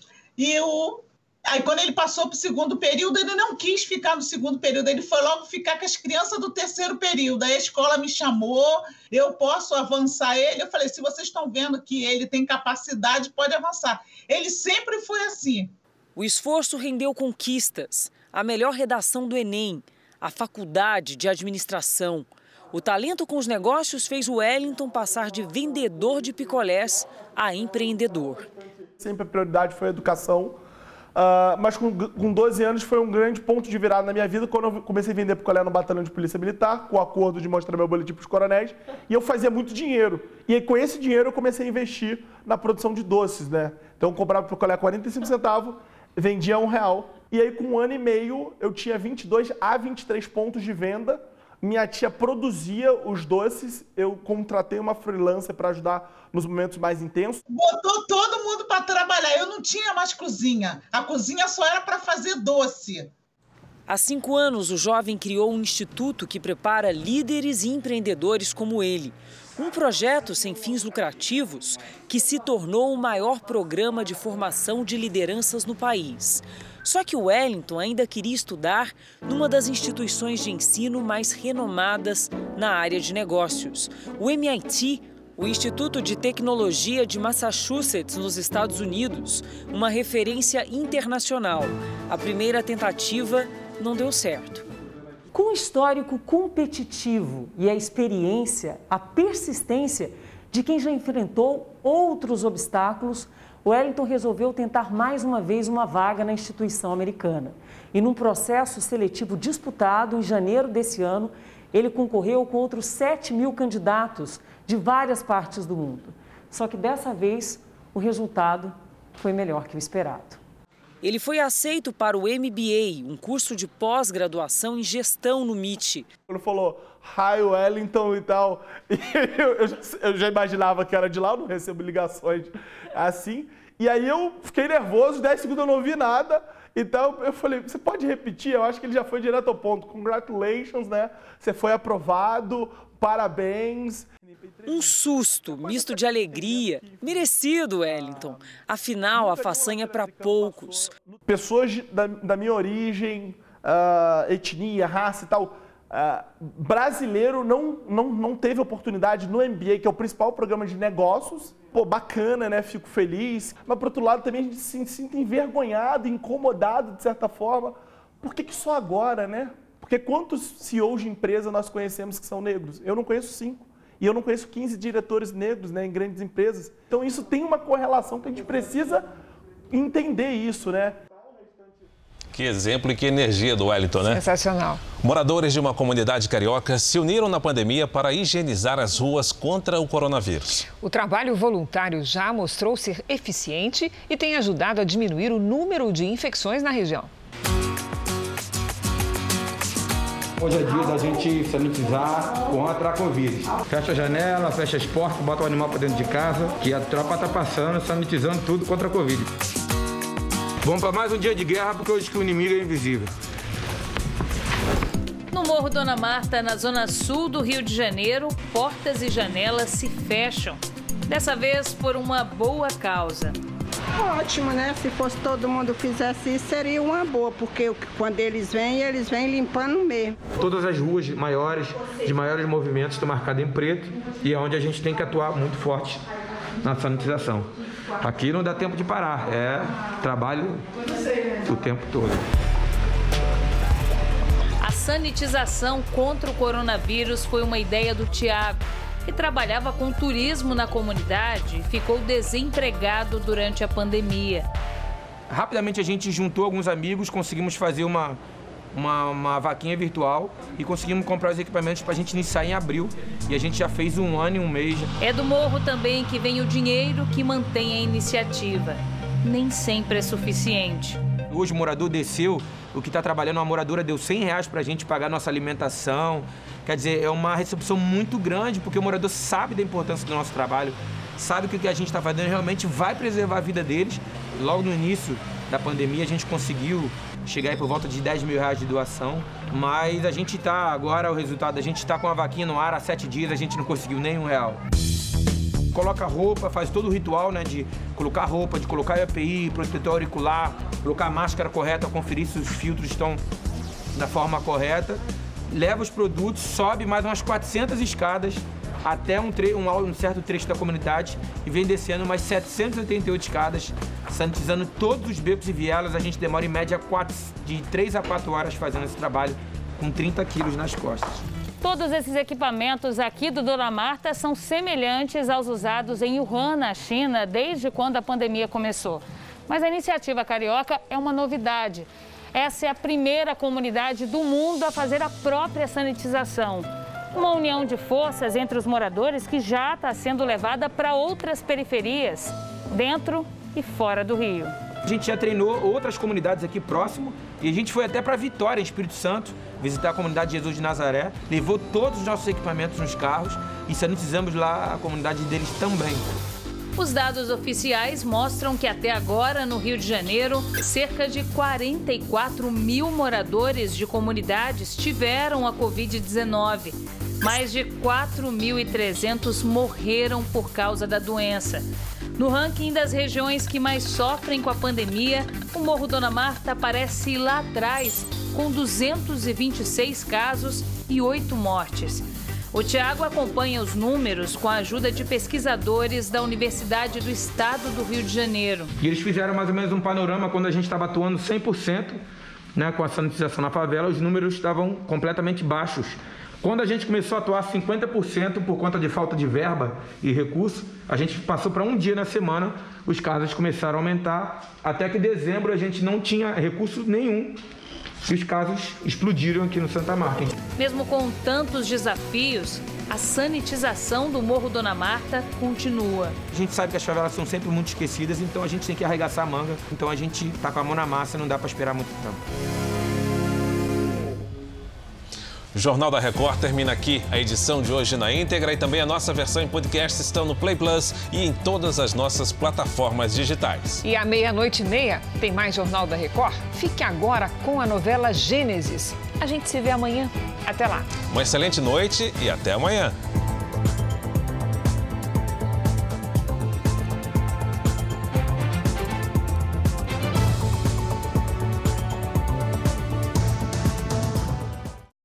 e o... Aí, quando ele passou para o segundo período, ele não quis ficar no segundo período, ele foi logo ficar com as crianças do terceiro período. Aí a escola me chamou, eu posso avançar ele? Eu falei, se vocês estão vendo que ele tem capacidade, pode avançar. Ele sempre foi assim. O esforço rendeu conquistas, a melhor redação do Enem, a faculdade de administração. O talento com os negócios fez o Wellington passar de vendedor de picolés a empreendedor. Sempre a prioridade foi a educação. Uh, mas com, com doze anos foi um grande ponto de virada na minha vida quando eu comecei a vender picolé no batalhão de polícia militar, com o acordo de mostrar meu boletim para os coronéis, e eu fazia muito dinheiro. E aí, com esse dinheiro eu comecei a investir na produção de doces, né? Então eu comprava picolé a quarenta e cinco centavos, vendia a um real. E aí com um ano e meio eu tinha vinte e dois a vinte e três pontos de venda. Minha tia produzia os doces, eu contratei uma freelancer para ajudar nos momentos mais intensos. Botou todo mundo para trabalhar, eu não tinha mais cozinha, a cozinha só era para fazer doce. Há cinco anos, o jovem criou um instituto que prepara líderes e empreendedores como ele. Um projeto sem fins lucrativos que se tornou o maior programa de formação de lideranças no país. Só que o Wellington ainda queria estudar numa das instituições de ensino mais renomadas na área de negócios, o M I T, o Instituto de Tecnologia de Massachusetts, nos Estados Unidos, uma referência internacional. A primeira tentativa não deu certo. Com o histórico competitivo e a experiência, a persistência de quem já enfrentou outros obstáculos, Wellington resolveu tentar mais uma vez uma vaga na instituição americana. E num processo seletivo disputado, em janeiro desse ano, ele concorreu com outros sete mil candidatos de várias partes do mundo. Só que dessa vez, o resultado foi melhor que o esperado. Ele foi aceito para o M B A, um curso de pós-graduação em gestão no M I T. Ele falou, hi Wellington e tal, e eu, eu, já, eu já imaginava que era de lá, eu não recebo ligações assim. E aí eu fiquei nervoso, dez segundos eu não ouvi nada, então eu falei, você pode repetir? Eu acho que ele já foi direto ao ponto. Congratulations, né? Você foi aprovado, parabéns. Um susto, misto de alegria, merecido, Wellington. Afinal, a façanha é para poucos. Pessoas da, da minha origem, uh, etnia, raça e tal, uh, brasileiro não, não, não teve oportunidade no M B A, que é o principal programa de negócios. Pô, bacana, né? Fico feliz. Mas, por outro lado, também a gente se sinta envergonhado, incomodado, de certa forma. Por que que só agora, né? Porque quantos C E Os de empresa nós conhecemos que são negros? Eu não conheço cinco. E eu não conheço quinze diretores negros, né, em grandes empresas. Então isso tem uma correlação que a gente precisa entender isso, né? Que exemplo e que energia do Wellington, né? Sensacional. Moradores de uma comunidade carioca se uniram na pandemia para higienizar as ruas contra o coronavírus. O trabalho voluntário já mostrou ser eficiente e tem ajudado a diminuir o número de infecções na região. Hoje é dia da gente sanitizar contra a Covid. Fecha a janela, fecha as portas, bota o animal para dentro de casa, que a tropa tá passando, sanitizando tudo contra a Covid. Vamos para mais um dia de guerra, porque hoje que o inimigo é invisível. No Morro Dona Marta, na zona sul do Rio de Janeiro, portas e janelas se fecham. Dessa vez por uma boa causa. Ótimo, né? Se fosse todo mundo fizesse isso, seria uma boa, porque quando eles vêm, eles vêm limpando mesmo. Todas as ruas maiores, de maiores movimentos, estão marcadas em preto e é onde a gente tem que atuar muito forte na sanitização. Aqui não dá tempo de parar, é trabalho o tempo todo. A sanitização contra o coronavírus foi uma ideia do Tiago, que trabalhava com turismo na comunidade e ficou desempregado durante a pandemia. Rapidamente a gente juntou alguns amigos, conseguimos fazer uma, uma, uma vaquinha virtual e conseguimos comprar os equipamentos para a gente iniciar em abril. E a gente já fez um ano e um mês. É do Morro também que vem o dinheiro que mantém a iniciativa. Nem sempre é suficiente. Hoje o morador desceu, o que está trabalhando, uma moradora deu cem reais para a gente pagar nossa alimentação. Quer dizer, é uma recepção muito grande, porque o morador sabe da importância do nosso trabalho, sabe que o que a gente está fazendo realmente vai preservar a vida deles. Logo no início da pandemia, a gente conseguiu chegar aí por volta de dez mil reais de doação, mas a gente está agora, o resultado, a gente está com a vaquinha no ar há sete dias, a gente não conseguiu nenhum real. Coloca roupa, faz todo o ritual, né, de colocar roupa, de colocar E P I, protetor auricular, colocar a máscara correta, conferir se os filtros estão da forma correta. Leva os produtos, sobe mais umas quatrocentas escadas até um, tre um, um certo trecho da comunidade e vem descendo umas setecentas e oitenta e oito escadas, sanitizando todos os becos e vielas. A gente demora em média quatro, de três a quatro horas fazendo esse trabalho, com trinta quilos nas costas. Todos esses equipamentos aqui do Dona Marta são semelhantes aos usados em Wuhan, na China, desde quando a pandemia começou. Mas a iniciativa carioca é uma novidade. Essa é a primeira comunidade do mundo a fazer a própria sanitização. Uma união de forças entre os moradores que já está sendo levada para outras periferias, dentro e fora do Rio. A gente já treinou outras comunidades aqui próximo e a gente foi até para Vitória, em Espírito Santo, visitar a comunidade de Jesus de Nazaré, levou todos os nossos equipamentos nos carros e sanitizamos lá a comunidade deles também. Os dados oficiais mostram que até agora, no Rio de Janeiro, cerca de quarenta e quatro mil moradores de comunidades tiveram a covid dezenove. Mais de quatro mil e trezentos morreram por causa da doença. No ranking das regiões que mais sofrem com a pandemia, o Morro Dona Marta aparece lá atrás, com duzentos e vinte e seis casos e oito mortes. O Tiago acompanha os números com a ajuda de pesquisadores da Universidade do Estado do Rio de Janeiro. E eles fizeram mais ou menos um panorama quando a gente estava atuando cem por cento, né, com a sanitização na favela, os números estavam completamente baixos. Quando a gente começou a atuar cinquenta por cento por conta de falta de verba e recurso, a gente passou para um dia na semana, os casos começaram a aumentar, até que em dezembro a gente não tinha recurso nenhum. E os casos explodiram aqui no Santa Marta. Mesmo com tantos desafios, a sanitização do Morro Dona Marta continua. A gente sabe que as favelas são sempre muito esquecidas, então a gente tem que arregaçar a manga. Então a gente tá com a mão na massa, não dá para esperar muito tempo. O Jornal da Record termina aqui. A edição de hoje na íntegra e também a nossa versão em podcast estão no Play Plus e em todas as nossas plataformas digitais. E à meia-noite e meia tem mais Jornal da Record? Fique agora com a novela Gênesis. A gente se vê amanhã. Até lá. Uma excelente noite e até amanhã.